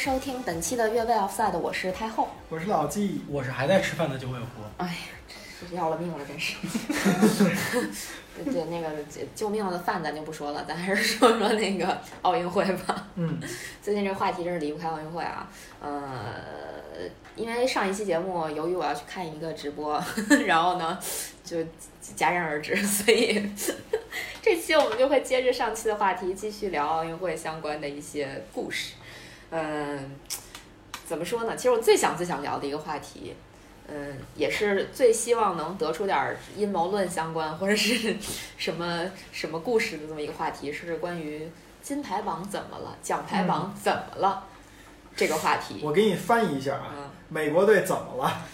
收听本期的越位 Offside， 我是太后， 我是老纪， 我是还在吃饭的九尾狐。 哎呀，这要了命了，真是。对，那个救命的饭咱就不说了，咱还是说那个奥运会吧。最近这个话题真是离不开奥运会啊。因为上一期节目，由于我要去看一个直播，然后呢就戛然而止，所以这期我们就会接着上期的话题，继续聊奥运会相关的一些故事。怎么说呢？其实我最想聊的一个话题，也是最希望能得出点阴谋论相关或者是什么故事的这么一个话题，是关于金牌榜怎么了，奖牌榜怎么了，这个话题。 我给你翻译一下啊，美国队怎么了？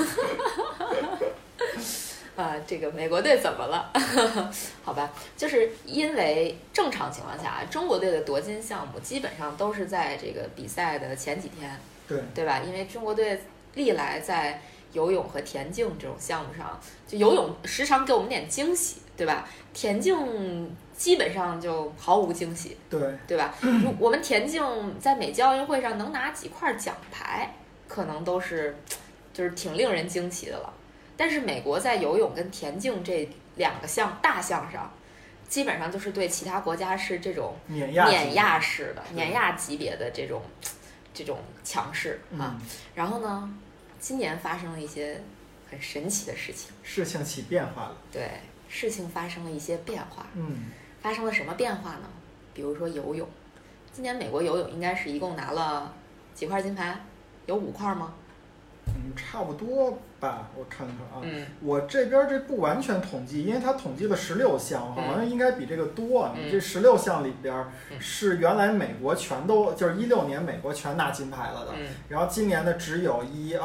这个美国队怎么了？好吧，就是因为正常情况下，中国队的夺金项目基本上都是在这个比赛的前几天，对吧？因为中国队历来在游泳和田径这种项目上，就游泳时常给我们点惊喜，对吧？田径基本上就毫无惊喜，对吧？我们田径在每届奥运会上能拿几块奖牌，可能都是就是挺令人惊奇的了。但是美国在游泳跟田径这两个大项上，基本上就是对其他国家是这种碾压式的、碾压级别的这种强势啊。然后呢，今年发生了一些很神奇的事情， 事情起变化了。 对，事情发生了一些变化。发生了什么变化呢？比如说游泳，今年美国游泳应该是一共拿了几块金牌？有5块吗？ 差不多吧，我看看啊。我这边这不完全统计，因为它统计了16项，好像应该比这个多。这16项里边是原来美国全都就是16年美国全拿金牌了的，然后今年呢只有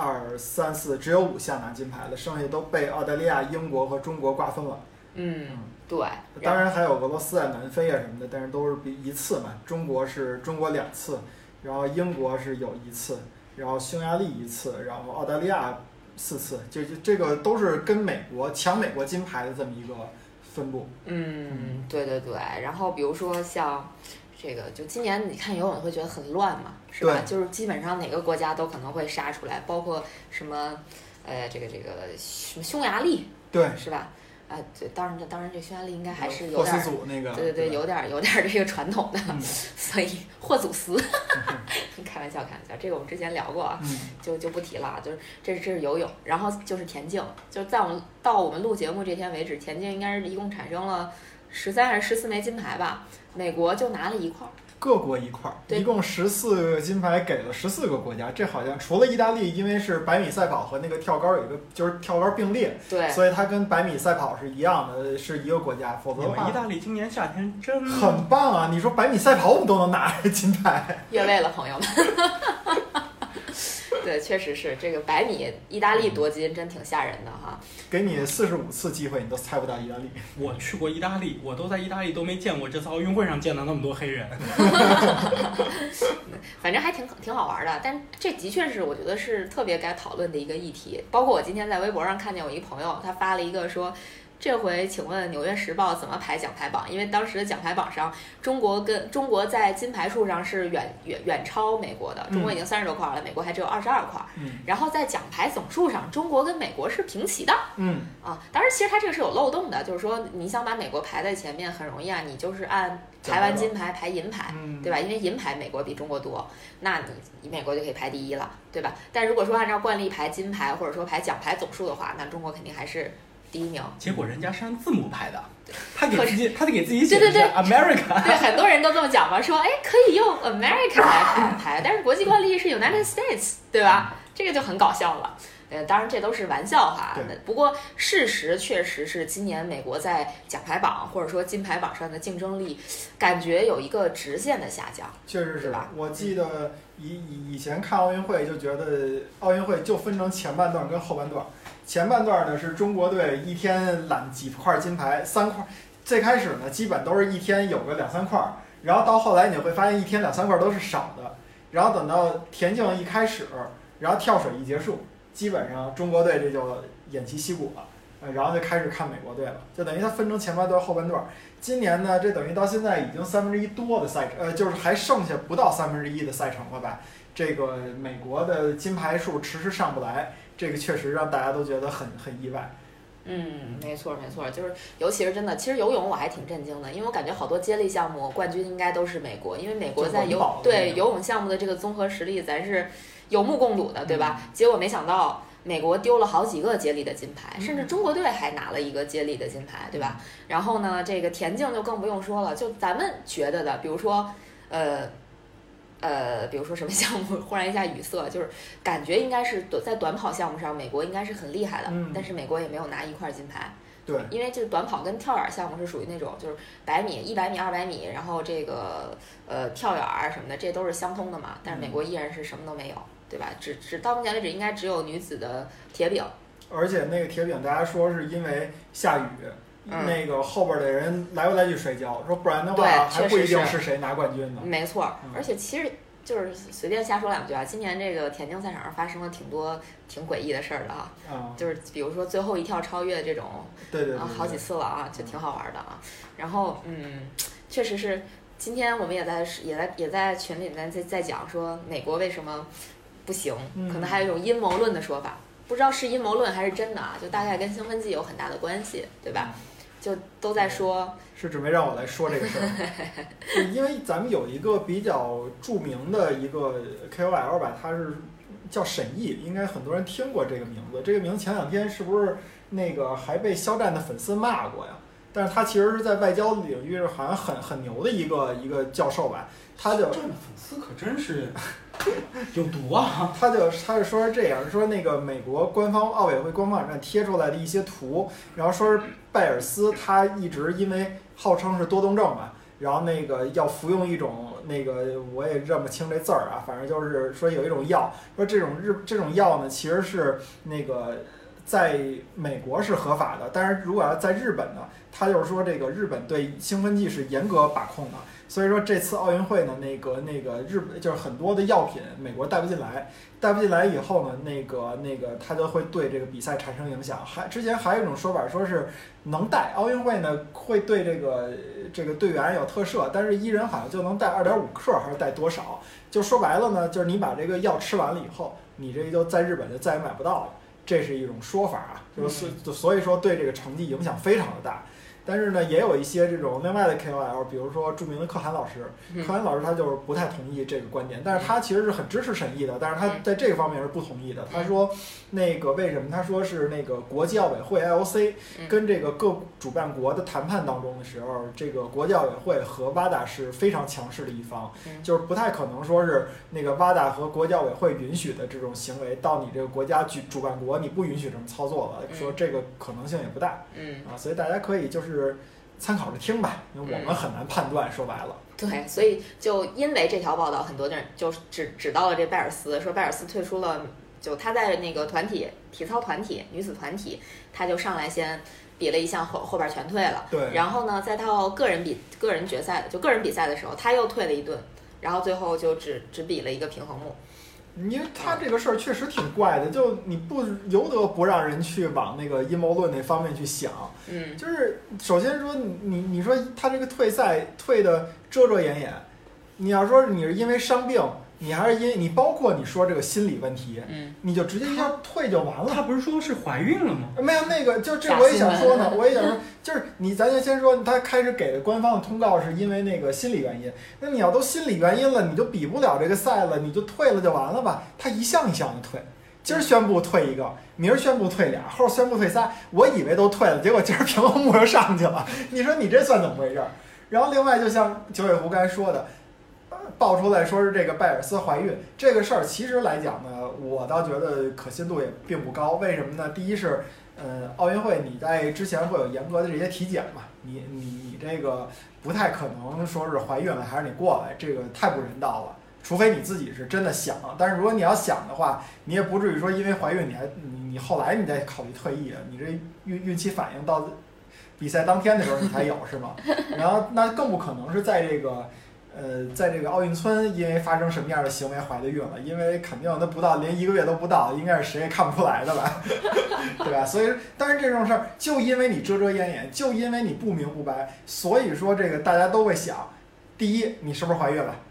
1、2、3、4只有5项拿金牌了，剩下都被澳大利亚、英国和中国瓜分了。 对。 当然还有俄罗斯啊、南非啊什么的，但是都是一次嘛。中国2次，然后英国是有1次。然后匈牙利1次，然后澳大利亚4次，就这个都是跟美国抢美国金牌的这么一个分布。 对。然后比如说像这个，就今年你看游泳会觉得很乱嘛，是吧？就是基本上哪个国家都可能会杀出来，包括什么这个什么匈牙利，对，是吧？对，当然，这匈牙利应该还是有点霍斯祖那个， 对，有点这个传统的，所以霍祖斯，开玩笑，这个我们之前聊过啊，就不提了。就是这是游泳，然后就是田径，就是到我们录节目这天为止，田径应该是一共产生了13还是14枚金牌吧，美国就拿了1块。 各国1块，一共14个金牌给了14个国家。这好像除了意大利，因为是100米赛跑和那个跳高有一个就是跳高并列， 对， 所以它跟100米赛跑是一样的，是一个国家。否则的话， 意大利今年夏天真很棒啊！你说100米赛跑我们都能拿金牌， 越位了，朋友们。对，确实是这个100米意大利夺金真挺吓人的哈。 给你45次机会，你都猜不到意大利。 我去过意大利，我都在意大利都没见过这次奥运会上见到那么多黑人。 反正还挺好玩的，但这的确是我觉得是特别该讨论的一个议题。包括我今天在微博上看见有一朋友，他发了一个说，这回请问《纽约时报》怎么排奖牌榜？因为当时的奖牌榜上，中国在金牌数上是远超美国的，中国已经30多块了，美国还只有22块。然后在奖牌总数上，中国跟美国是平齐的。当然，其实它这个是有漏洞的，就是说你想把美国排在前面很容易啊，你就是按排完金牌排银牌，对吧？因为银牌美国比中国多，那你美国就可以排第1了，对吧？但如果说按照惯例排金牌或者说排奖牌总数的话，那中国肯定还是第1名。 结果人家是按字母排的，他得给自己写的是 America。 对，很多人都这么讲嘛，说可以用 America 来排，但是国际惯例是 United States， 对吧？这个就很搞笑了。当然这都是玩笑话。不过事实确实是今年美国在奖牌榜或者说金牌榜上的竞争力，感觉有一个直线的下降。 确实是吧？我记得以前看奥运会就觉得奥运会就分成前半段跟后半段。前半段呢是中国队一天揽几块金牌，3块。最开始呢基本都是一天有个2、3块，然后到后来你会发现一天2、3块都是少的。然后等到田径一开始，然后跳水一结束，基本上中国队这就偃旗息鼓了，然后就开始看美国队了，就等于它分成前半段后半段。今年呢，这等于到现在已经1/3多的赛程，就是还剩下不到1/3的赛程了吧？ 这个美国的金牌数迟迟上不来，这个确实让大家都觉得很意外。 没错，就是尤其是真的，其实游泳我还挺震惊的，因为我感觉好多接力项目冠军应该都是美国，因为美国在游泳项目的这个综合实力咱是有目共睹的，对吧？结果没想到美国丢了好几个接力的金牌，甚至中国队还拿了一个接力的金牌，对吧？然后呢，这个田径就更不用说了，就咱们觉得的，比如说什么项目，忽然一下语塞，就是感觉应该是在短跑项目上，美国应该是很厉害的，但是美国也没有拿一块金牌。 对， 因为这个短跑跟跳远项目是属于那种就是100米、100米、200米，然后这个跳远什么的，这都是相通的嘛。但是美国依然是什么都没有，对吧？只到目前为止应该只有女子的铁饼， 而且那个铁饼大家说是因为下雨。那个后边的人来回来去摔跤，说不然的话还不一定是谁拿冠军呢。 没错，而且其实就是随便瞎说两句啊，今年这个田径赛场上发生了挺多挺诡异的事儿的啊，就是比如说最后一跳超越这种， 对， 好几次了啊，就挺好玩的啊。然后确实是，今天我们也在群里面在讲说美国为什么不行，可能还有一种阴谋论的说法，不知道是阴谋论还是真的啊，就大概跟兴奋剂有很大的关系，对吧？就都在说， 是准备让我来说这个事儿，因为咱们有一个比较著名的一个 KOL 吧，他是叫沈毅，应该很多人听过这个名字。这个名字前2天是不是那个还被肖战的粉丝骂过呀？但是他其实是在外交领域好像很牛的一个教授吧。他就肖战的粉丝可真是有毒啊！ 他就说是这样，说那个美国官方奥委会官方网站贴出来的一些图，然后说是拜尔斯他一直因为号称是多动症嘛，然后那个要服用一种那个我也认不清这字儿啊，反正就是说有一种药，说这种药呢其实是那个在美国是合法的，但是如果要在日本呢，他就是说这个日本对兴奋剂是严格把控的。所以说这次奥运会呢，那个日本就是很多的药品，美国带不进来以后呢，那个它就会对这个比赛产生影响。之前还有一种说法，说是能带奥运会呢会对这个队员有特赦，但是一人好像就能带2.5克还是带多少？就说白了呢，就是你把这个药吃完了以后，你这个就在日本就再也买不到了，这是一种说法啊。所以说对这个成绩影响非常的大。但是呢，也有一些这种另外的 KOL， 比如说著名的可汗老师，可汗老师他就是不太同意这个观点，但是他其实是很支持沈毅的，但是他在这个方面是不同意的。他说，那个为什么？他说是那个国际奥委会 IOC 跟这个各主办国的谈判当中的时候，这个国际奥委会和 WADA 是非常强势的一方，就是不太可能说是那个 WADA 和国际奥委会允许的这种行为，到你这个国家主办国你不允许这么操作了，说这个可能性也不大，所以大家可以就是参考着听吧，因为我们很难判断，说白了。 对，所以就因为这条报道，很多人就指到了这拜尔斯，说拜尔斯退出了，就他在那个体操团体女子团体，他就上来先比了一项后边全退了， 对， 然后呢，再到个人决赛就个人比赛的时候，他又退了一顿，然后最后就只比了一个平衡木。 因为他这个事儿确实挺怪的，就你不由得不让人去往那个阴谋论那方面去想。就是首先说你说他这个退赛退的遮掩掩，你要说你是因为伤病，你还是你包括你说这个心理问题，你就直接一下退就完了。 他不是说是怀孕了吗？ 没有那个，就这我也想说呢，我也想说，就是咱就先说他开始给的官方的通告是因为那个心理原因，那你要都心理原因了，你就比不了这个赛了，你就退了就完了吧？他一项一项的退，今儿宣布退一个，明儿宣布退俩，后宣布退仨，我以为都退了，结果今儿平衡木又上去了，你说你这算怎么回事？然后另外就像九尾狐刚才说的。爆出来说是这个拜尔斯怀孕这个事儿，其实来讲呢，我倒觉得可信度也并不高。为什么呢？第一是，奥运会你在之前会有严格的这些体检嘛，你这个不太可能说是怀孕了还是你过来，这个太不人道了。除非你自己是真的想，但是如果你要想的话，你也不至于说因为怀孕你后来你再考虑退役，你这孕期反应到比赛当天的时候你才有是吗？然后那更不可能是在这个奥运村因为发生什么样的行为怀的孕了，因为肯定它不到连1个月都不到，应该是谁也看不出来的吧，对吧？所以但是这种事儿就因为你遮掩掩，就因为你不明不白，所以说这个大家都会想，第一你是不是怀孕了？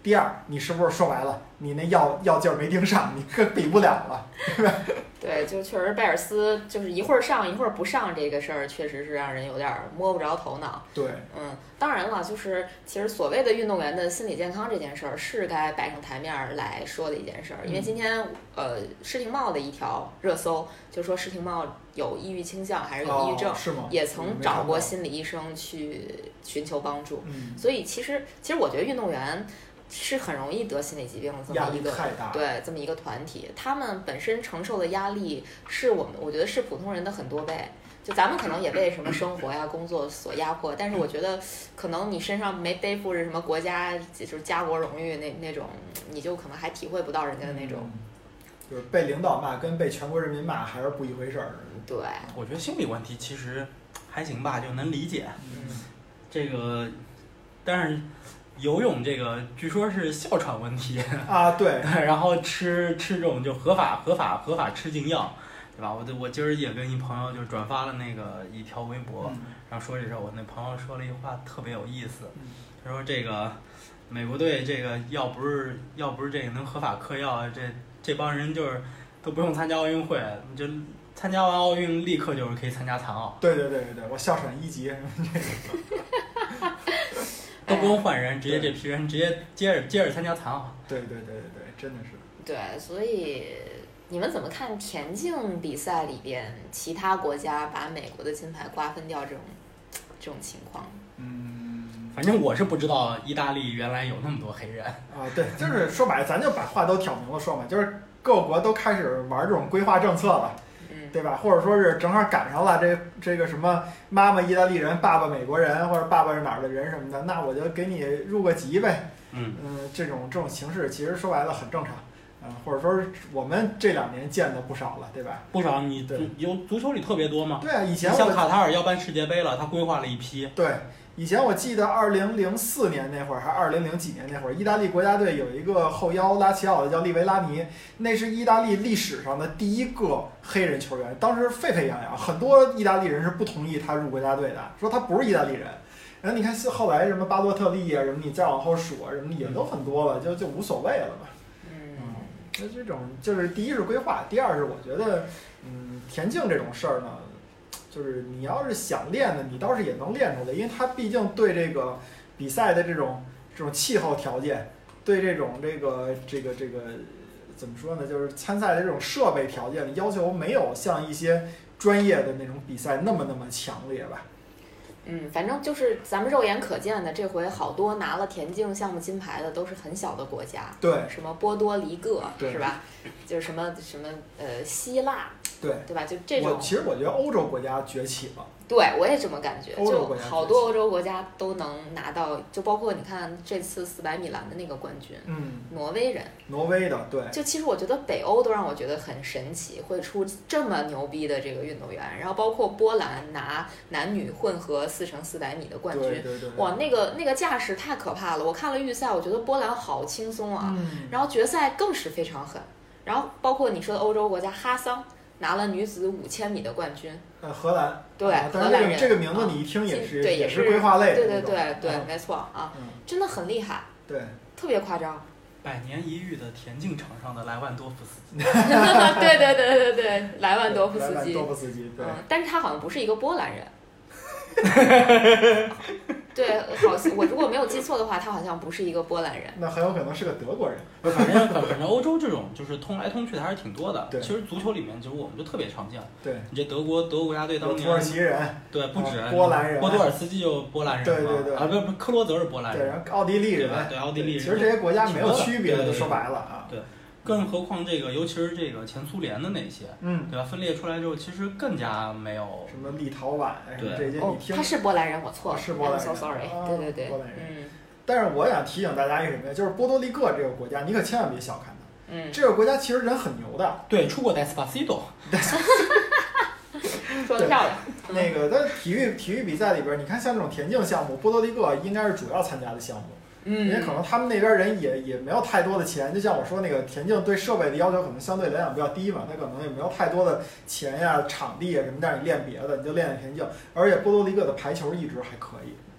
第二，你是不是说白了，你那药劲儿没盯上，你更比不了了，对吧？ 对，就确实贝尔斯就是一会儿上一会儿不上这个事儿，确实是让人有点摸不着头脑。 对， 当然了，就是其实所谓的运动员的心理健康这件事儿是该摆上台面来说的一件事儿，因为今天施廷懋的一条热搜就说施廷懋有抑郁倾向还是有抑郁症， 是吗？ 也曾找过心理医生去寻求帮助。所以其实我觉得运动员是很容易得心理疾病的这么一个这么一个团体，他们本身承受的压力是我觉得是普通人的很多倍。就咱们可能也被什么生活呀、工作所压迫，但是我觉得可能你身上没背负着什么国家就是家国荣誉那种，你就可能还体会不到人家的那种。 就是被领导骂跟被全国人民骂还是不一回事儿。 对， 我觉得心理问题其实还行吧，就能理解。这个，但是游泳这个据说是哮喘问题啊，对， 然后吃这种就合法吃禁药，对吧？我今儿也跟一朋友就转发了那个一条微博，然后说这事儿，我那朋友说了一句话特别有意思，他说这个美国队这个要不是这个能合法嗑药，这帮人就是都不用参加奥运会，就参加完奥运立刻就是可以参加残奥。 对，我哮喘1级都不用换人，直接这批人直接接着参加残奥。 对，真的是。 对，所以你们怎么看田径比赛里边其他国家把美国的金牌瓜分掉这种情况？ 反正我是不知道意大利原来有那么多黑人啊。对，就是说白了，咱就把话都挑明了说嘛，就是各国都开始玩这种规划政策了。对吧？或者说是正好赶上了这个什么妈妈意大利人，爸爸美国人，或者爸爸是哪儿的人什么的，那我就给你入个籍呗。这种形式其实说白了很正常。或者说是我们这2年见的不少了，对吧？ 不少，你有足球里特别多吗？ 对啊，以前像卡塔尔要办世界杯了，他规划了一批。 对。以前我记得2004年那会儿，还2000几年那会儿，意大利国家队有一个后腰拉齐奥的叫利维拉尼，那是意大利历史上的第一个黑人球员，当时沸沸扬扬，很多意大利人是不同意他入国家队的，说他不是意大利人。然后你看后来什么巴洛特利啊什么，你再往后数啊什么也都很多了，就无所谓了吧。那这种就是第一是规划，第二是我觉得，田径这种事儿呢。就是你要是想练的，你倒是也能练出来，因为它毕竟对这个比赛的这种气候条件，对这个怎么说呢？就是参赛的这种设备条件的要求没有像一些专业的那种比赛那么强烈吧。 反正就是咱们肉眼可见的，这回好多拿了田径项目金牌的都是很小的国家， 对， 什么波多黎各是吧？就是什么希腊。对吧？就这种， 其实我觉得欧洲国家崛起了。 对，我也这么感觉。就好多欧洲国家都能拿到，就包括你看这次400米栏的那个冠军，挪威人。挪威的，对。 就其实我觉得北欧都让我觉得很神奇，会出这么牛逼的这个运动员。然后包括波兰拿男女混合4×400米的冠军， 对， 哇，那个架势太可怕了。我看了预赛，我觉得波兰好轻松啊，然后决赛更是非常狠。然后包括你说的欧洲国家哈桑。拿了女子5000米的冠军， 荷兰， 对， 荷兰人这个名字你一听也是，也是规划类的， 对，没错啊，真的很厉害， 对， 特别夸张。 100年一遇的田径场上的莱万多夫斯基， 对，莱万多夫斯基， 对， 但是他好像不是一个波兰人。对，我如果没有记错的话，他好像不是一个波兰人， 那很有可能是个德国人。 反正欧洲这种就是通来通去的还是挺多的。其实足球里面就是我们就特别常见。 对， 你这德国国家队当年土耳其人， 对，不止波兰人， 波多尔斯基就波兰人， 对， 啊不科罗泽是波兰人， 对，然后奥地利人， 对奥地利人。 其实这些国家没有区别的，说白了啊。 对。更何况这个，尤其是这个前苏联的那些，对吧？分裂出来之后，其实更加没有什么立陶宛， 对这些你听。 他是波兰人，我错了， 是波兰人 ，so sorry，对， 波兰人。但是我想提醒大家一个什么呀？就是波多黎各这个国家，你可千万别小看它。这个国家其实人很牛的。 对，出过 Despacito。 说得漂亮。 那个在体育比赛里边，你看像这种田径项目，波多黎各应该是主要参加的项目。因为可能他们那边人也没有太多的钱，就像我说那个田径对设备的要求可能相对来讲比较低嘛，他可能也没有太多的钱呀、场地啊什么，但是你练别的，你就练田径。而且波多黎各的排球一直还可以，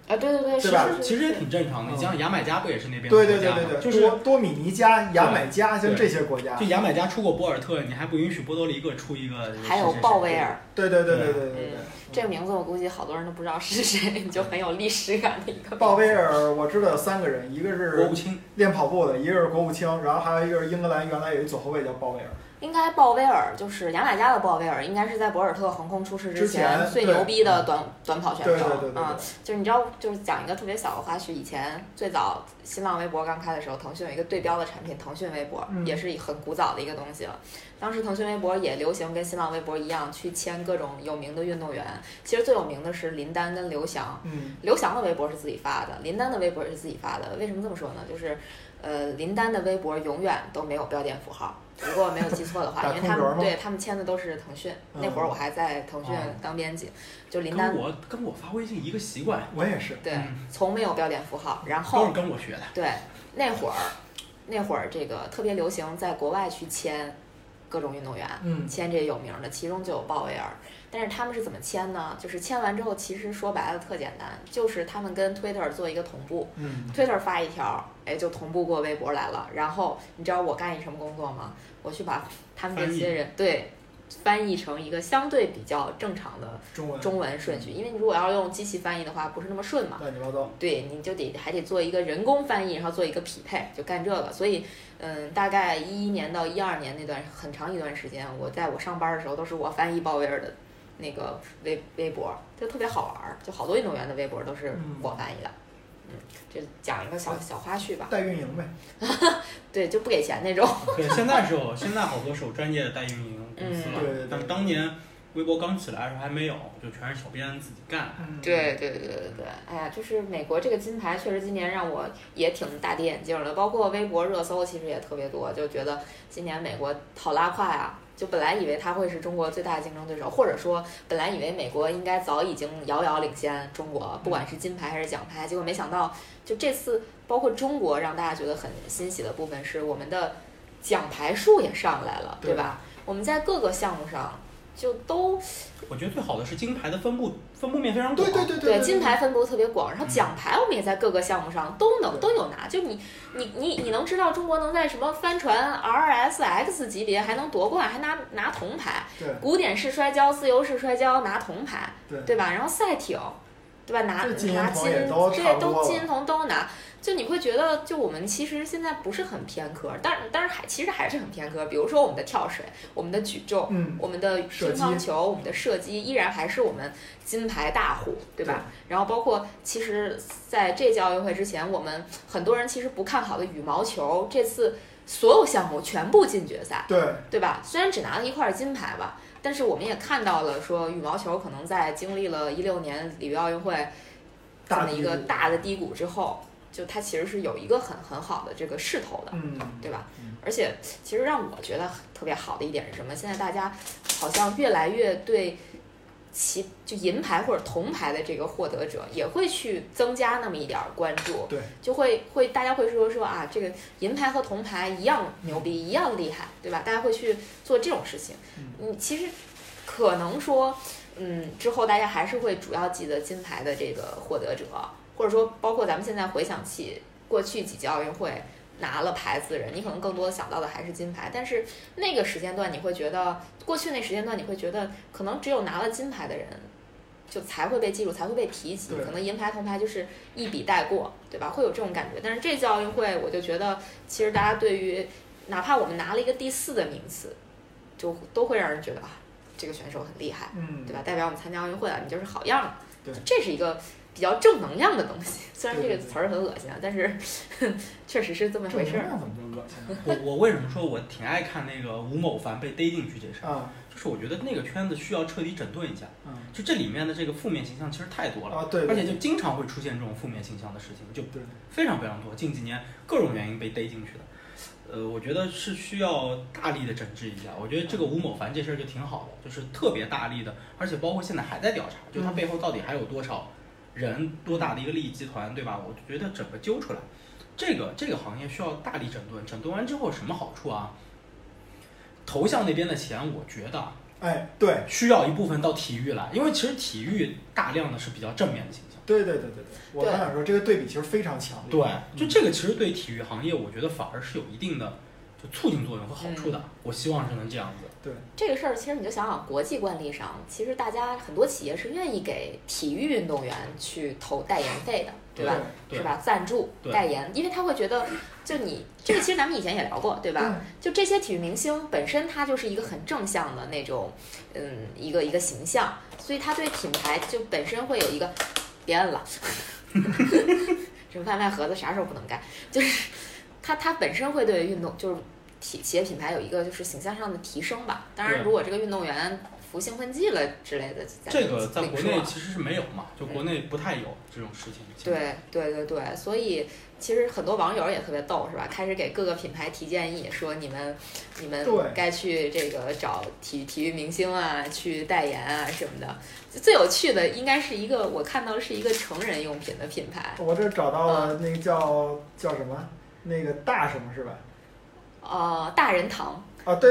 啊，对对对， 对吧？ 其实也挺正常的。你像牙买加不也是那边对国家吗？就是多米尼加、牙买加，像这些国家。 就牙买加出过博尔特，你还不允许波多黎各出一个？ 还有鲍威尔。 对。 这个名字我估计好多人都不知道是谁，就很有历史感的一个。 鲍威尔我知道有3个人，一个是国务卿练跑步的，一个是国务卿，然后还有一个是英格兰原来有一左后卫叫鲍威尔。 应该鲍威尔就是牙买加的鲍威尔，应该是在博尔特横空出世之前最牛逼的短跑选手啊。就是你知道，就是讲一个特别小的花絮，以前最早新浪微博刚开的时候，腾讯有一个对标的产品，腾讯微博，也是很古早的一个东西了。当时腾讯微博也流行跟新浪微博一样去签各种有名的运动员，其实最有名的是林丹跟刘翔。刘翔的微博是自己发的，林丹的微博是自己发的。为什么这么说呢？就是林丹的微博永远都没有标点符号。如果没有记错的话，因为他们签的都是腾讯。那会儿我还在腾讯当编辑，就林丹跟我发微信一个习惯， 我也是。 对，从没有标点符号，然后都是跟我学的。 对，那会儿这个特别流行在国外去签各种运动员，签这有名的，其中就有鲍威尔。但是他们是怎么签呢？就是签完之后，其实说白了特简单，就是他们跟 Twitter 做一个同步，Twitter 发一条，就同步过微博来了。然后你知道我干一什么工作吗？我去把他们这些人翻译成一个相对比较正常的中文顺序，因为你如果要用机器翻译的话，不是那么顺嘛。 乱七八糟。 对，你就还得做一个人工翻译，然后做一个匹配，就干这个。所以，大概11年到12年那段很长一段时间，我上班的时候都是我翻译鲍威尔的那个微博，就特别好玩，就好多运动员的微博都是我翻译的。就讲一个小花絮吧。 代运营呗。 对，就不给钱那种。 对，现在好多是有专业的代运营公司了，但当年微博刚起来的时候还没有，就全是小编自己干。 对。哎呀，就是美国这个金牌，确实今年让我也挺大跌眼镜的。包括微博热搜其实也特别多，就觉得今年美国好拉胯呀。就本来以为他会是中国最大的竞争对手，或者说本来以为美国应该早已经遥遥领先中国，不管是金牌还是奖牌，结果没想到，就这次包括中国让大家觉得很欣喜的部分是我们的奖牌数也上来了，对吧？我们在各个项目上就都， 我觉得最好的是金牌的分布面非常广。 对，金牌分布特别广，然后奖牌我们也在各个项目上都有拿。就你能知道中国能在什么帆船 RSX 级别还能夺冠，还拿铜牌，古典式摔跤、自由式摔跤拿铜牌，对吧？然后赛艇，对吧？拿金，对，都金银铜都拿。就你会觉得，就我们其实现在不是很偏科，当然其实还是很偏科。比如说我们的跳水、我们的举重、我们的乒乓球、我们的射击，依然还是我们金牌大户，对吧？然后包括其实在这届奥运会之前，我们很多人其实不看好的羽毛球，这次所有项目全部进决赛，对吧？虽然只拿了一块金牌吧，但是我们也看到了说羽毛球可能在经历了16年里约奥运会这么一个大的低谷之后。就它其实是有一个很好的这个势头的，对吧？而且其实让我觉得特别好的一点是什么？现在大家好像越来越对就银牌或者铜牌的这个获得者也会去增加那么一点关注， 对， 就会大家会说啊，这个银牌和铜牌一样牛逼，一样厉害，对吧？大家会去做这种事情。其实可能说，之后大家还是会主要记得金牌的这个获得者。或者说，包括咱们现在回想起过去几届奥运会拿了牌子的人，你可能更多的想到的还是金牌。但是那个时间段，你会觉得过去那时间段，你会觉得可能只有拿了金牌的人，就才会被记住，才会被提及。可能银牌、铜牌就是一笔带过，对吧？会有这种感觉。但是这届奥运会，我就觉得其实大家对于哪怕我们拿了一个第4的名次，就都会让人觉得啊，这个选手很厉害，对吧？代表我们参加奥运会了，你就是好样的。这是一个比较正能量的东西，虽然这个词儿很恶心啊，但是确实是这么回事儿。 怎么就恶心？ 我为什么说我挺爱看那个吴某凡被逮进去这事儿？就是我觉得那个圈子需要彻底整顿一下。就这里面的这个负面形象其实太多了， 对， 而且就经常会出现这种负面形象的事情，就非常非常多。近几年各种原因被逮进去的。我觉得是需要大力的整治一下。我觉得这个吴某凡这事儿就挺好的，就是特别大力的，而且包括现在还在调查，就他背后到底还有多少人，多大的一个利益集团，对吧？我觉得整个揪出来，这个行业需要大力整顿。整顿完之后什么好处啊？头像那边的钱，我觉得， 对， 需要一部分到体育来，因为其实体育大量的是比较正面的形象， 对，我刚想说这个对比其实非常强烈。 对，就这个其实对体育行业，我觉得反而是有一定的就促进作用和好处的。我希望是能这样子。 对这个事儿，其实你就想想，国际惯例上，其实大家很多企业是愿意给体育运动员去投代言费的，对吧？是吧？赞助、代言，因为他会觉得，就你这个，其实咱们以前也聊过，对吧？就这些体育明星本身，他就是一个很正向的那种，一个形象，所以他对品牌就本身会有一个，别摁了，这外卖盒子啥时候不能盖？就是他本身会对运动就是。企业品牌有一个就是形象上的提升吧，当然如果这个运动员服兴奋剂了之类的， 这个在国内其实是没有嘛，就国内不太有这种事情。 对，所以其实很多网友也特别逗，是吧？开始给各个品牌提建议，说你们该去这个找体育明星啊，去代言啊什么的。最有趣的应该是一个我看到是一个成人用品的品牌， 我这找到了那个叫什么那个大什么是吧？ 大人堂啊，对，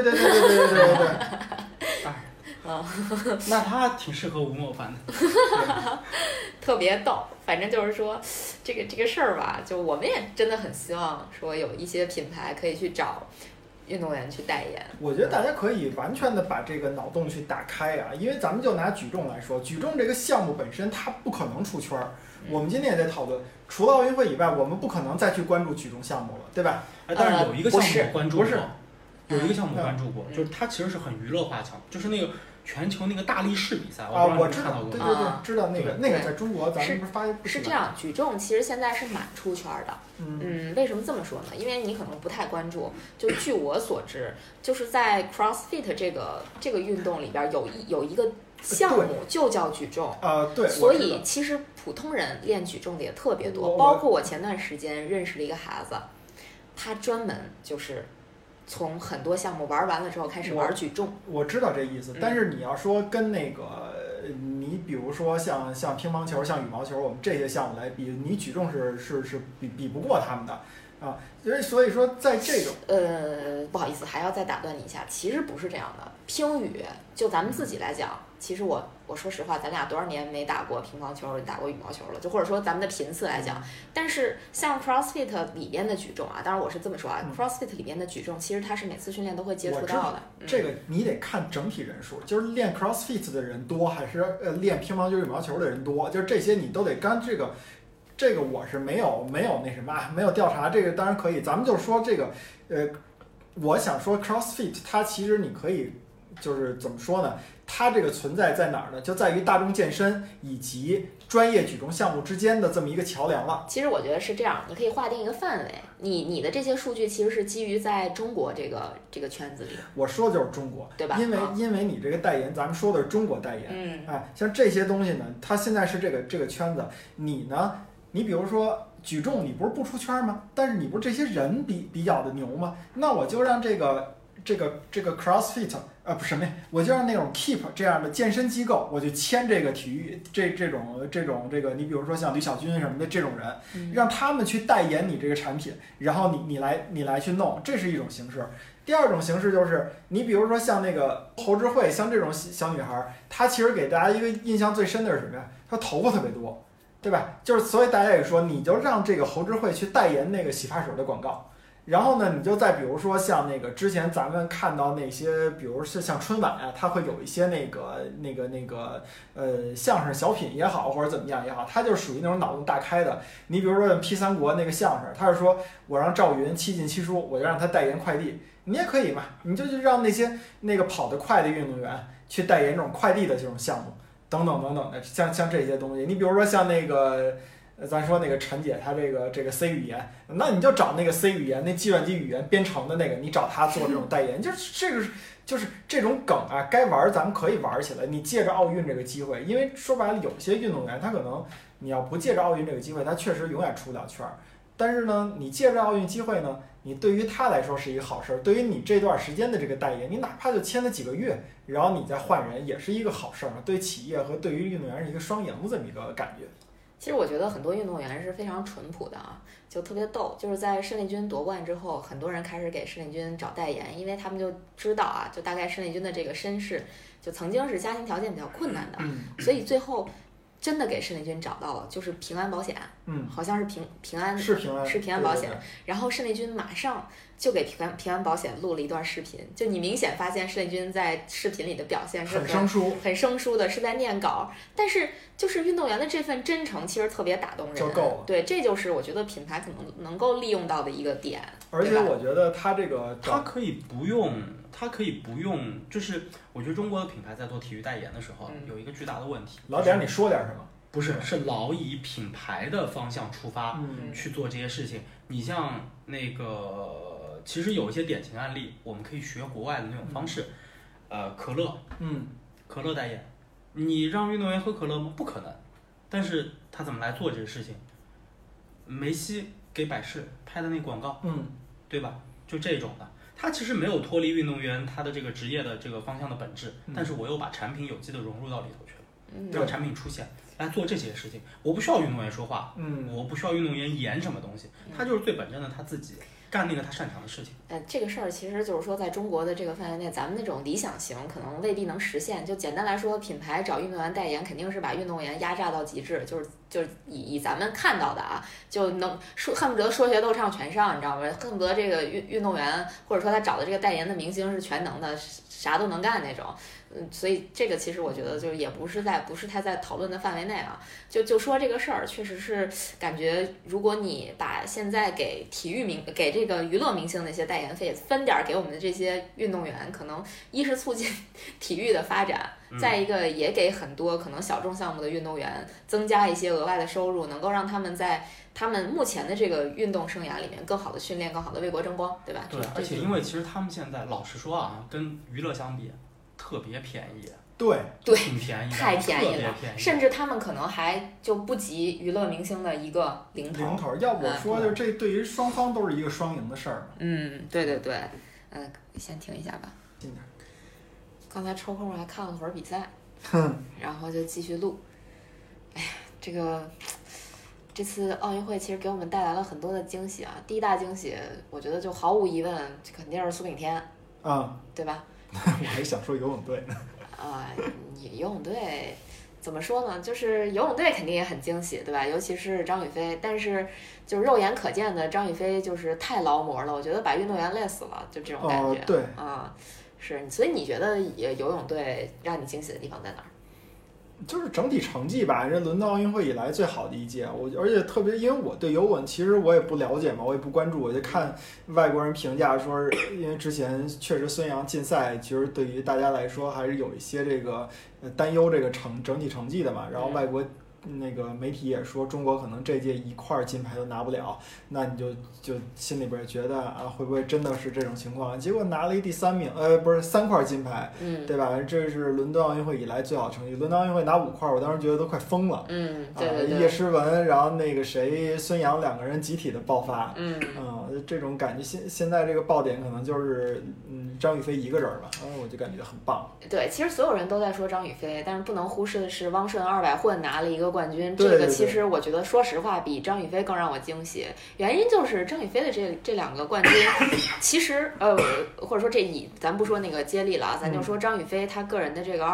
那他挺适合吴莫凡的， 特别逗。反正就是说，这个事儿吧，就我们也真的很希望说有一些品牌可以去找运动员去代言。 我觉得大家可以完全的把这个脑洞去打开啊，因为咱们就拿举重来说，举重这个项目本身它不可能出圈儿。我们今天也在讨论，除了奥运会以外，我们不可能再去关注举重项目了，对吧？ 但是有一个项目我关注过，有一个项目关注过， 嗯就是它其实是很娱乐化项目，就是那个全球那个大力士比赛， 我知道， 对，知道那个在中国咱们不是发不是这样，举重其实现在是蛮出圈的。为什么这么说呢？因为你可能不太关注，就据我所知，就是在 CrossFit 这个运动里边有一个项目就叫举重， 对， 所以其实普通人练举重的也特别多，包括我前段时间认识了一个孩子，他专门就是从很多项目玩完了之后开始玩举重。 我知道这意思，但是你要说跟那个你比如说像乒乓球、像羽毛球，我们这些项目来比，你举重是比不过他们的啊。所以说在这种不好意思，还要再打断你一下，其实不是这样的。乒羽就咱们自己来讲，其实我说实话，咱俩多少年没打过乒乓球，打过羽毛球了，就或者说咱们的频次来讲，但是像 CrossFit 里边的举重啊，当然我是这么说啊，CrossFit 里边的举重，其实它是每次训练都会接触到的。 这个你得看整体人数，就是练 CrossFit 的人多，还是练乒乓球、羽毛球的人多，就是这些你都得干这个我是没有那什么，没有调查，这个当然可以，咱们就说这个我想说 CrossFit 它其实你可以就是怎么说呢？它这个存在在哪儿呢？就在于大众健身以及专业举重项目之间的这么一个桥梁了。 其实我觉得是这样，你可以划定一个范围，你的这些数据其实是基于在中国这个圈子里。 我说的就是中国， 对吧？ 因为你这个代言，咱们说的是中国代言，像这些东西呢，它现在是这个圈子，你呢，你比如说举重，你不是不出圈吗？但是你不是这些人比较的牛吗？那我就让这个 CrossFit 不是什么呀，我就让那种 Keep 这样的健身机构，我就签这个体育这种你比如说像吕小军什么的这种人，让他们去代言你这个产品，然后你来去弄，这是一种形式。第二种形式就是你比如说像那个侯智慧，像这种小女孩，她其实给大家一个印象最深的是什么呀？她头发特别多，对吧？就是所以大家也说，你就让这个侯智慧去代言那个洗发水的广告。然后呢，你就再比如说像那个之前咱们看到那些，比如是像春晚啊，它会有一些那个相声小品也好，或者怎么样也好，它就属于那种脑洞大开的。你比如说批三国那个相声，他是说我让赵云七进七出，我就让他代言快递，你也可以嘛，你就让那个跑得快的运动员去代言这种快递的这种项目，等等等等的，像这些东西。你比如说像那个。咱说那个陈姐她这个 C 语言，那你就找那个 C 语言那计算机语言编程的那个，你找他做这种代言，就是这种梗啊，该玩咱们可以玩起来。你借着奥运这个机会，因为说白了，有些运动员他可能你要不借着奥运这个机会，他确实永远出不了圈儿。但是呢，你借着奥运机会呢，你对于他来说是一个好事儿，对于你这段时间的这个代言，你哪怕就签了几个月，然后你再换人，也是一个好事儿，对企业和对于运动员是一个双赢的这么一个感觉。 其实我觉得很多运动员是非常淳朴的啊，就特别逗。就是在申丽君夺冠之后，很多人开始给申丽君找代言，因为他们就知道啊，就大概申丽君的这个身世，就曾经是家庭条件比较困难的，所以最后真的给申立军找到了，就是平安保险，好像是平安保险，然后申立军马上就给平安保险录了一段视频，就你明显发现申立军在视频里的表现是很生疏的，是在念稿，但是就是运动员的这份真诚其实特别打动人， 就够了。 对，这就是我觉得品牌可能够利用到的一个点。 而且我觉得他这个他可以不用，就是我觉得中国的品牌在做体育代言的时候，有一个巨大的问题。 老点你说点什么？ 不是，是老以品牌的方向出发去做这些事情。你像那个，其实有一些典型案例，我们可以学国外的那种方式。可乐，可乐代言，你让运动员喝可乐吗？不可能。但是他怎么来做这个事情？梅西给百事拍的那广告，对吧？就这种的，他其实没有脱离运动员他的这个职业的这个方向的本质，但是我又把产品有机的融入到里头去了，让产品出现来做这些事情。我不需要运动员说话，我不需要运动员演什么东西，他就是最本真的他自己干那个他擅长的事情。 这个事儿其实就是说，在中国的这个范围内，咱们那种理想型可能未必能实现。就简单来说，品牌找运动员代言，肯定是把运动员压榨到极致，就是以咱们看到的啊，就能恨不得说学逗唱全上，你知道吗？恨不得这个运动员或者说他找的这个代言的明星是全能的，啥都能干那种。所以这个其实我觉得就也不是太在讨论的范围内啊。就说这个事儿，确实是感觉，如果你把现在给给这个娱乐明星那些代言费分点给我们的这些运动员，可能一是促进体育的发展，再一个也给很多可能小众项目的运动员增加一些额外的收入，能够让他们在他们目前的这个运动生涯里面更好的训练，更好的为国争光，对吧？ 对，而且因为其实他们现在老实说啊，跟娱乐相比特别便宜。 对， 挺便宜的， 太便宜了，甚至他们可能还就不及娱乐明星的一个零头。 要我说，就这对于双方都是一个双赢的事儿。 对，先停一下吧。刚才抽空还看了会儿比赛，然后就继续录。哎呀，这次奥运会其实给我们带来了很多的惊喜啊！第一大惊喜，我觉得就毫无疑问，肯定是苏炳添对吧？ 我还想说游泳队呢。 你游泳队怎么说呢？就是游泳队肯定也很惊喜，对吧？尤其是张雨霏，但是就是肉眼可见的，张雨霏就是太劳模了，我觉得把运动员累死了，就这种感觉。 对， 是，所以你觉得游泳队让你惊喜的地方在哪儿？ 就是整体成绩吧，这轮到奥运会以来最好的一届。而且特别，因为我对游泳其实我也不了解嘛，我也不关注，我就看外国人评价说，因为之前确实孙杨禁赛，其实对于大家来说还是有一些这个担忧这个整体成绩的嘛。然后外国那个媒体也说，中国可能这届一块金牌都拿不了，那你就心里边觉得会不会真的是这种情况？结果拿了一第3名，不是3块金牌，对吧？这是伦敦奥运会以来最好成绩。伦敦奥运会拿5块，我当时觉得都快疯了。 对， 叶诗文，然后那个谁孙杨2个人集体的爆发，这种感觉现在这个爆点可能就是张雨霏一个人吧，我就感觉很棒。 对，其实所有人都在说张雨霏，但是不能忽视的是汪顺200混拿了一个冠军，这个其实我觉得说实话比张雨霏更让我惊喜。原因就是张雨霏的这2个冠军，其实或者说咱不说那个接力了啊，咱就说张雨霏她个人的这个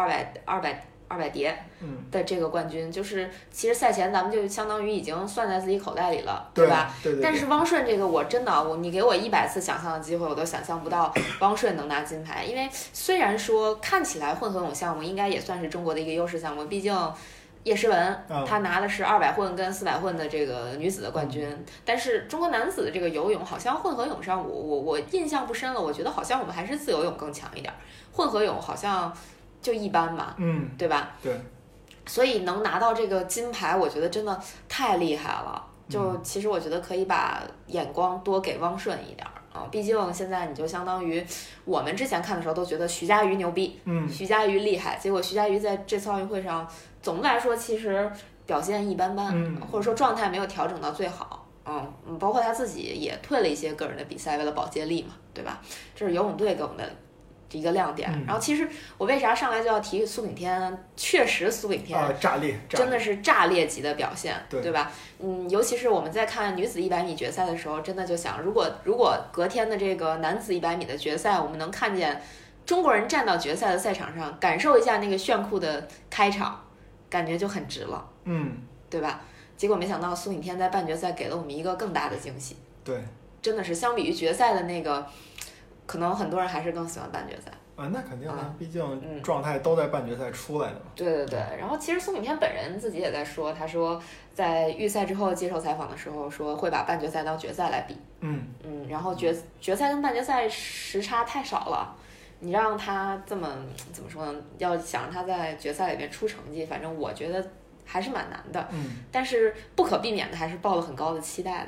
200蝶的这个冠军，就是其实赛前咱们就相当于已经算在自己口袋里了，对吧？ 对。 但是汪顺这个我真的，你给我100次想象的机会，我都想象不到汪顺能拿金牌。因为虽然说看起来混合泳项目应该也算是中国的一个优势项目，毕竟叶诗文她拿的是200混跟400混的这个女子的冠军，但是中国男子的这个游泳好像混合泳上我印象不深了，我觉得好像我们还是自由泳更强一点，混合泳好像就一般吧，对吧？ 对， 所以能拿到这个金牌，我觉得真的太厉害了。就其实我觉得可以把眼光多给汪顺一点啊，毕竟现在你就相当于我们之前看的时候都觉得徐嘉余牛逼，徐嘉余厉害，结果徐嘉余在这次奥运会上总的来说其实表现一般般，或者说状态没有调整到最好，包括他自己也退了一些个人的比赛，为了保接力嘛，对吧？这是游泳队给我们的一个亮点。然后其实我为啥上来就要提苏炳添？确实苏炳添炸裂， 真的是炸裂级的表现，对吧？尤其是我们在看女子100米决赛的时候，真的就想，如果隔天的这个男子100米的决赛，我们能看见中国人站到决赛的赛场上，感受一下那个炫酷的开场，感觉就很值了。 对吧？结果没想到苏炳添在半决赛给了我们一个更大的惊喜。 对， 真的是相比于决赛的那个，可能很多人还是更喜欢半决赛。 那肯定的，毕竟状态都在半决赛出来的嘛。 对，然后其实苏炳添本人自己也在说，他说在预赛之后接受采访的时候说会把半决赛当决赛来比。然后决赛跟半决赛时差太少了，你让他这么怎么说呢？要想让他在决赛里面出成绩，反正我觉得还是蛮难的。但是不可避免的还是抱了很高的期待的。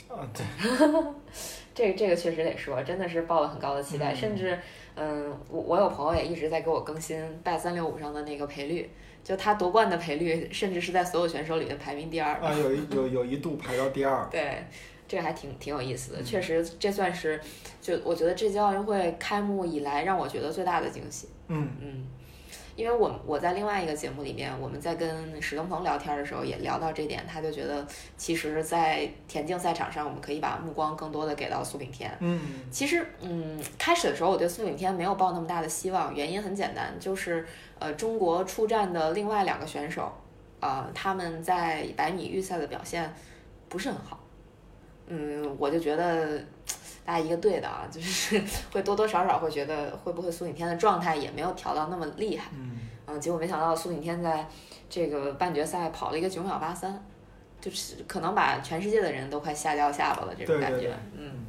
对，这个确实得说，真的是抱了很高的期待，甚至，我有朋友也一直在给我更新拜365上的那个赔率，就他夺冠的赔率，甚至是在所有选手里的排名第2。 有一度排到第2。 对，这个还挺有意思的，确实这算是，就我觉得这届奥运会开幕以来让我觉得最大的惊喜。因为我在另外一个节目里面，我们在跟史登鹏聊天的时候也聊到这点，他就觉得其实在田径赛场上，我们可以把目光更多的给到苏炳添。其实开始的时候我对苏炳添没有抱那么大的希望，原因很简单，就是中国出战的另外2个选手，他们在100米预赛的表现不是很好。我就觉得大家一个队的啊，就是会多多少少会觉得会不会苏炳添的状态也没有调到那么厉害。结果没想到苏炳添在这个半决赛跑了一个9秒83，就是可能把全世界的人都快吓掉下巴了这种感觉。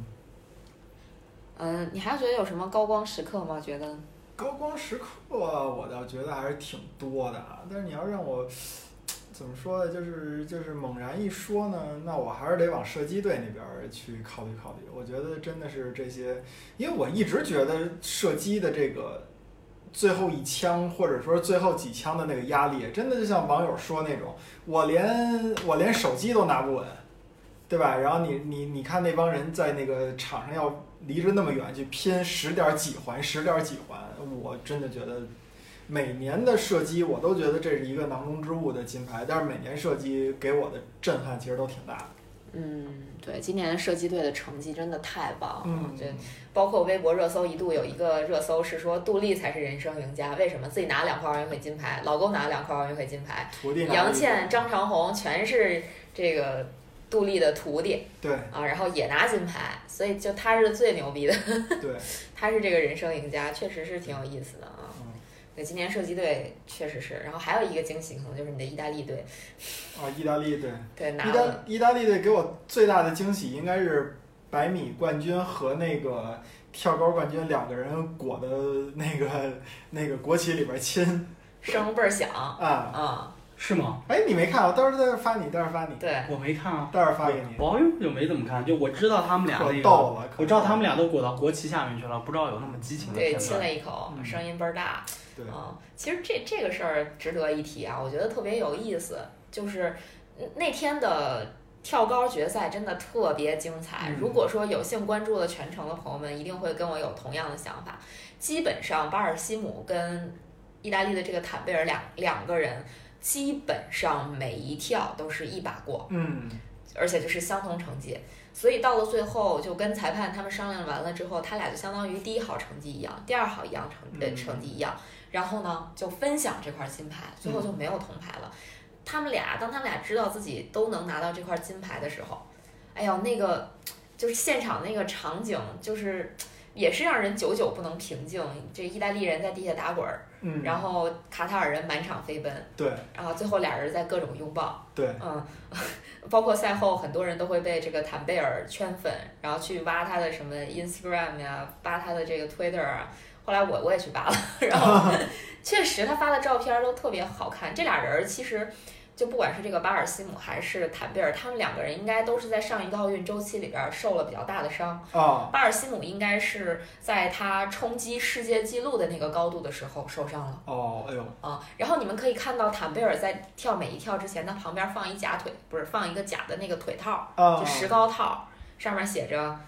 你还觉得有什么高光时刻吗？觉得高光时刻我倒觉得还是挺多的啊，但是你要让我怎么说呢？就是猛然一说呢，那我还是得往射击队那边去考虑考虑。我觉得真的是这些，因为我一直觉得射击的这个最后一枪或者说最后几枪的那个压力，真的就像网友说那种，我连手机都拿不稳，对吧？然后你看那帮人在那个场上要离着那么远去拼10点几环，我真的觉得。每年的射击我都觉得这是一个囊中之物的金牌，但是每年射击给我的震撼其实都挺大的。 对，今年射击队的成绩真的太棒了。对，包括微博热搜一度有一个热搜是说杜丽才是人生赢家，为什么？自己拿了2块奥运会金牌，老公拿了2块奥运会金牌，杨倩、张长虹全是这个杜丽的徒弟。 对然后也拿金牌，所以就他是最牛逼的。 对， 他是这个人生赢家，确实是挺有意思的啊。对，今年射击队确实是，然后还有一个惊喜，可能就是你的意大利队。 意大利队。 对，拿了。 意大利队给我最大的惊喜应该是100米冠军和那个跳高冠军2个人裹的那个国旗里边亲， 声倍儿响是吗？ 你没看？我到时候发你。 对， 我没看啊， 待会儿发给你。 我就没怎么看，就我知道他们俩那个，我知道他们俩都裹到国旗下面去了，不知道有那么激情的片段。 对，亲了一口，声音倍儿大。 对其实这个事儿值得一提啊，我觉得特别有意思，就是那天的跳高决赛真的特别精彩。如果说有幸关注了全程的朋友们，一定会跟我有同样的想法。基本上巴尔西姆跟意大利的这个坦贝尔两个人。基本上每一跳都是一把过，而且就是相同成绩，所以到了最后就跟裁判他们商量完了之后，他俩就相当于第1好成绩一样，第2好成绩一样，然后呢就分享这块金牌，最后就没有铜牌了。当他们俩知道自己都能拿到这块金牌的时候，哎呦，那个就是现场那个场景就是。也是让人久久不能平静。这意大利人在地下打滚儿，然后卡塔尔人满场飞奔， 对， 然后最后俩人在各种拥抱， 对， 包括赛后很多人都会被这个坦贝尔圈粉，然后去挖他的什么 Instagram 呀，扒他的这个 Twitter 啊。后来我也去扒了，然后确实他发的照片都特别好看。这俩人其实。就不管是这个巴尔西姆还是坦贝尔，他们2个人应该都是在上一个奥运周期里边受了比较大的伤。巴尔西姆应该是在他冲击世界纪录的那个高度的时候受伤了。 哎呦。 然后你们可以看到坦贝尔在跳每一跳之前，他旁边放一假腿，不是放一个假的那个腿套，就石膏套，上面写着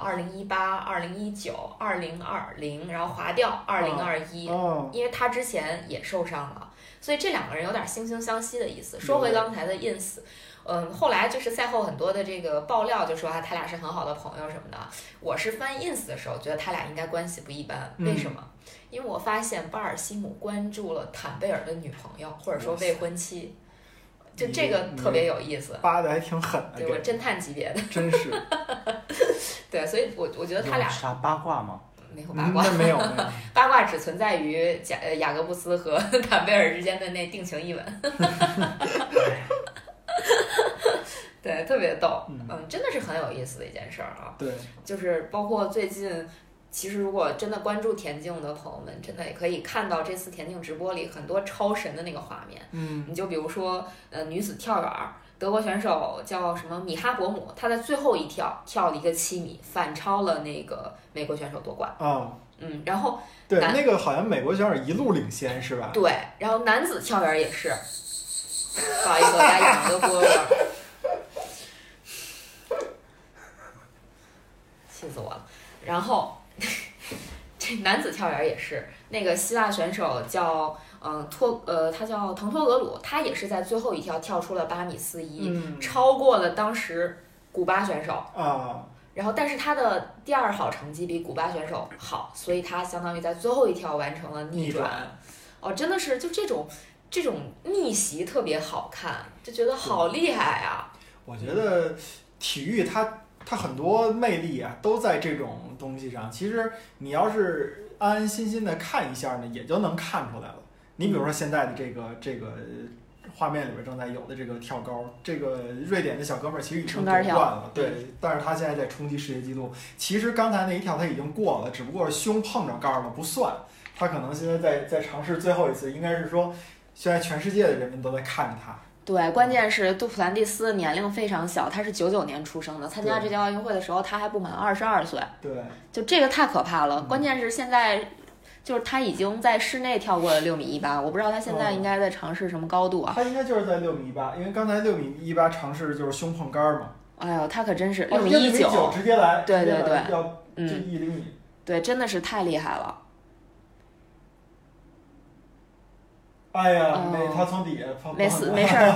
2018、2019、2020，然后划掉2021，因为他之前也受伤了。所以这2个人有点惺惺相惜的意思。说回刚才的 ins，后来就是赛后很多的这个爆料就说他俩是很好的朋友什么的。我是翻 ins 的时候觉得他俩应该关系不一般，为什么？因为我发现巴尔西姆关注了坦贝尔的女朋友或者说未婚妻， 就这个特别有意思， 扒的还挺狠的， 对，我侦探级别的， 真是。 对，所以我觉得他俩啥八卦吗？ 没有八卦， 没有八卦只存在于雅各布斯和坦贝尔之间的那定情一吻。对，特别逗，真的是很有意思的一件事儿啊。 对， 就是包括最近，其实如果真的关注田径的朋友们，真的也可以看到这次田径直播里很多超神的那个画面。你就比如说，女子跳远，德国选手叫什么米哈伯姆，她在最后一跳了一个7米，反超了那个美国选手夺冠。然后对那个好像美国选手一路领先是吧？ 对，然后男子跳远也是，不好意思，我家养了个蝈蝈。气死我了！然后这男子跳远也是，那个希腊选手叫他叫滕托格鲁，他也是在最后一跳跳出了8米41，超过了当时古巴选手啊。 然后，但是他的第2好成绩比古巴选手好，所以他相当于在最后一跳完成了逆转。真的是就这种逆袭特别好看，就觉得好厉害啊！ 我觉得体育它很多魅力啊，都在这种东西上。其实你要是安安心心的看一下呢，也就能看出来了。你比如说现在的这个画面里边正在有的这个跳高，这个瑞典的小哥们儿其实已经夺冠了，对，但是他现在在冲击世界纪录。其实刚才那一跳他已经过了，只不过胸碰着杆了不算。他可能现在在尝试最后一次，应该是说现在全世界的人民都在看着他。 对，关键是杜普兰蒂斯年龄非常小，他是99年出生的，参加这届奥运会的时候他还不满22岁。 对， 就这个太可怕了。关键是现在就是他已经在室内跳过了6米18，我不知道他现在应该在尝试什么高度啊？ 他应该就是在6米18，因为刚才6米18尝试就是胸碰杆嘛。 哎呦，他可真是6米 19，直接来， 对对对， 要就1厘米。 对，真的是太厉害了。 哎呀，他从底下没事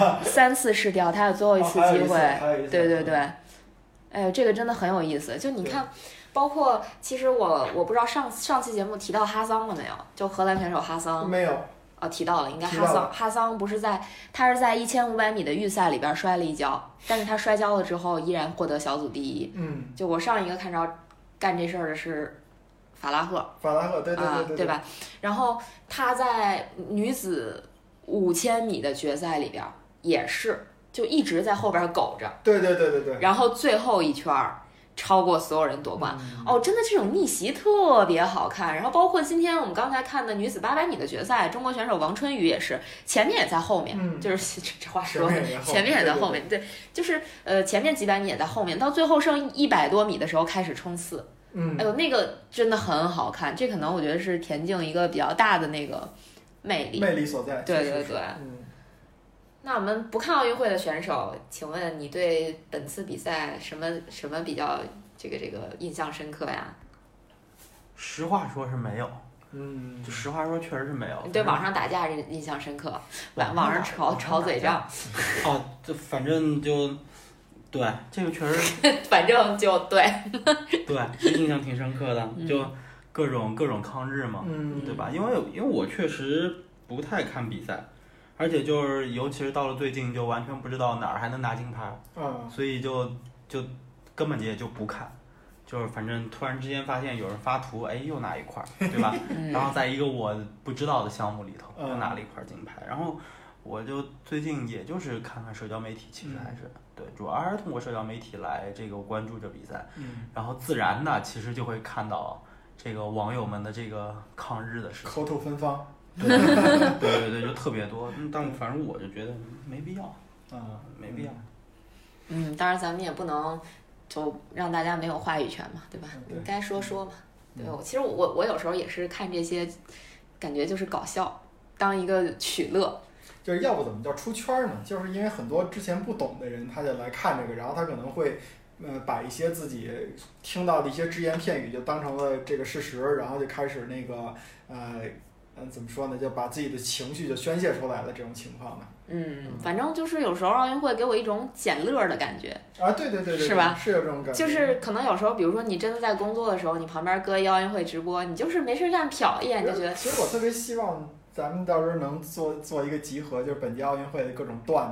，3次试掉，他有最后一次机会。对对对，哎呦，这个真的很有意思。就你看，包括其实我不知道上期节目提到哈桑了没有？就荷兰选手哈桑没有。 提到了，应该哈桑不是他是在1500米的预赛里边摔了一跤，但是他摔跤了之后依然获得小组第一。就我上一个看着干这事儿的是法拉赫，对吧？然后他在女子5000米的决赛里边也是，就一直在后边苟着。 对。 然后最后一圈超过所有人夺冠。真的这种逆袭特别好看。然后包括今天我们刚才看的女子800米的决赛，中国选手王春雨也是前面也在后面，就是这话说前面也在后面，对，就是前面几百米也在后面，到最后剩100多米的时候开始冲刺。哎呦，那个真的很好看，这可能我觉得是田径一个比较大的那个魅力所在。 对。那我们不看奥运会的选手，请问你对本次比赛什么比较这个印象深刻呀？ 实话说是没有，就实话说确实是没有。 你对网上打架这印象深刻？网上吵嘴仗？ 就反正就。对，这个确实， 反正就对， 这印象挺深刻的，就各种抗日嘛，对吧？因为我确实不太看比赛，而且就是尤其是到了最近，就完全不知道哪儿还能拿金牌，所以就根本也就不看，就是反正突然之间发现有人发图，哎，又拿一块，对吧？然后在一个我不知道的项目里头又拿了一块金牌，然后我就最近也就是看看社交媒体，其实还是。对，主要还是通过社交媒体来这个关注这比赛，然后自然呢，其实就会看到这个网友们的这个抗日的事情， 口吐芬芳， 对，就特别多。但反正我就觉得没必要，没必要。 当然咱们也不能就让大家没有话语权嘛，对吧？你该说嘛，对吧？其实我有时候也是看这些，感觉就是搞笑，当一个取乐。 就是要不怎么叫出圈呢？就是因为很多之前不懂的人，他就来看这个，然后他可能会，把一些自己听到的一些只言片语就当成了这个事实，然后就开始那个，怎么说呢？就把自己的情绪就宣泄出来了，这种情况呢。 反正就是有时候奥运会给我一种捡乐的感觉啊，对， 是吧？ 是有这种感觉。 就是可能有时候，比如说你真的在工作的时候，你旁边搁一奥运会直播，你就是没事干瞟一眼就觉得。 其实我特别希望。咱们到时候能做一个集合，就是本届奥运会的各种段子，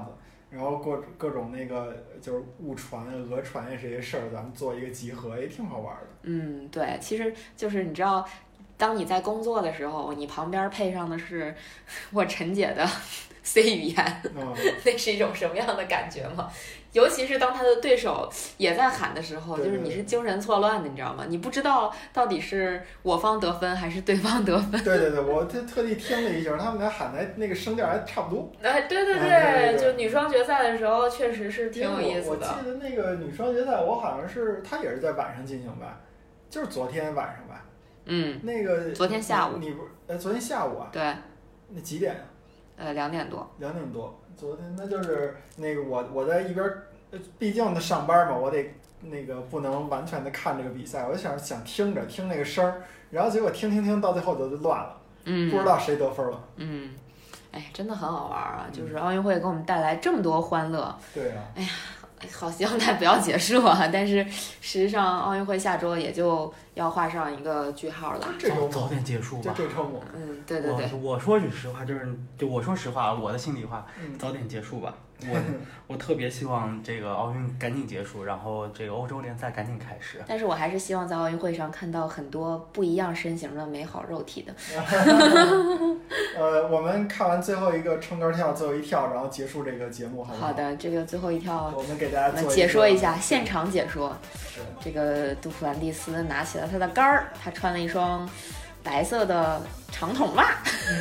然后各种那个就是误传、讹传这些事儿，咱们做一个集合，也挺好玩的。 对，其实就是你知道，当你在工作的时候，你旁边配上的是我陈姐的 C 语言，那是一种什么样的感觉吗？尤其是当他的对手也在喊的时候，就是你是精神错乱的，你知道吗？你不知道到底是我方得分还是对方得分。 对，我特地听了一下，他们俩喊的那个声调还差不多。 对，就女双决赛的时候确实是挺有意思的。 我记得那个女双决赛，我好像是她也是在晚上进行吧，就是昨天晚上吧。那个昨天下午。 你不昨天下午啊？ 对。 那几点啊 ？2点多。 2点多。昨天那就是那个我在一边，毕竟上班嘛，我得那个不能完全的看这个比赛，我就想听那个声儿，然后结果听到最后就乱了，不知道谁得分了。 真的很好玩啊！就是奥运会给我们带来这么多欢乐。 对啊。 哎呀，好希望它不要结束啊！但是实际上，奥运会下周也就要画上一个句号了。 早点结束吧。 就这周末。 对。 我说句实话，就我说实话，我的心里话，早点结束吧。我特别希望这个奥运赶紧结束，然后这个欧洲联赛赶紧开始。 但是我还是希望在奥运会上看到很多不一样身形的美好肉体的。 我们看完最后一个撑杆跳，最后一跳，然后结束这个节目，好不好？ 好的，这个最后一跳， 我们给大家解说一下，现场解说。这个杜普兰蒂斯拿起了他的杆儿，他穿了一双白色的长筒袜。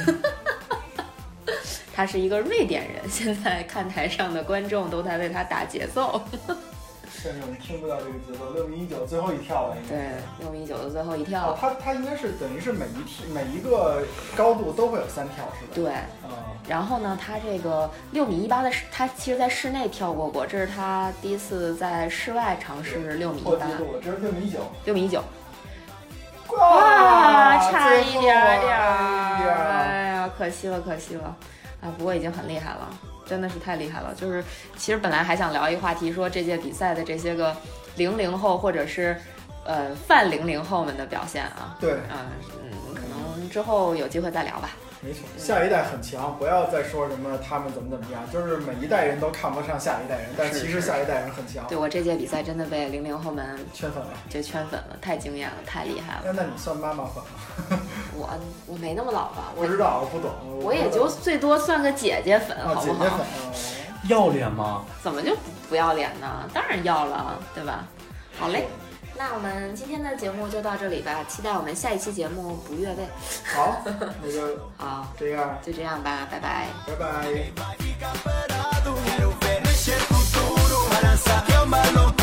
他是一个瑞典人，现在看台上的观众都在为他打节奏。 但是我们听不到这个节奏。6米19最后一跳了，应该。 对，6米9的最后一跳。 他应该是等于是每一个高度都会有3跳，是吧？ 对。然后呢，他这个6米18的，他其实在室内跳过，这是他第一次在室外尝试6米18。 破纪录了，这是6米9。 6米9。差一点点。哎呀，可惜了。不过已经很厉害了，真的是太厉害了。就是其实本来还想聊一个话题，说这届比赛的这些个00后或者是泛00后们的表现啊。 对。 可能之后有机会再聊吧。 没错，下一代很强，不要再说什么他们怎么样，就是每一代人都看不上下一代人，但其实下一代人很强。 对，我这届比赛真的被00后们圈粉了， 太惊艳了，太厉害了。 那你算妈妈粉吗？ 我没那么老吧？ 我知道，我不懂。 我也就最多算个姐姐粉，好不好？ 姐姐粉。 要脸吗？ 怎么就不要脸呢？当然要了，对吧？好嘞。那我们今天的节目就到这里吧，期待我们下一期节目不越位。 好，那就好， 这样， 就这样吧，拜拜， 拜拜。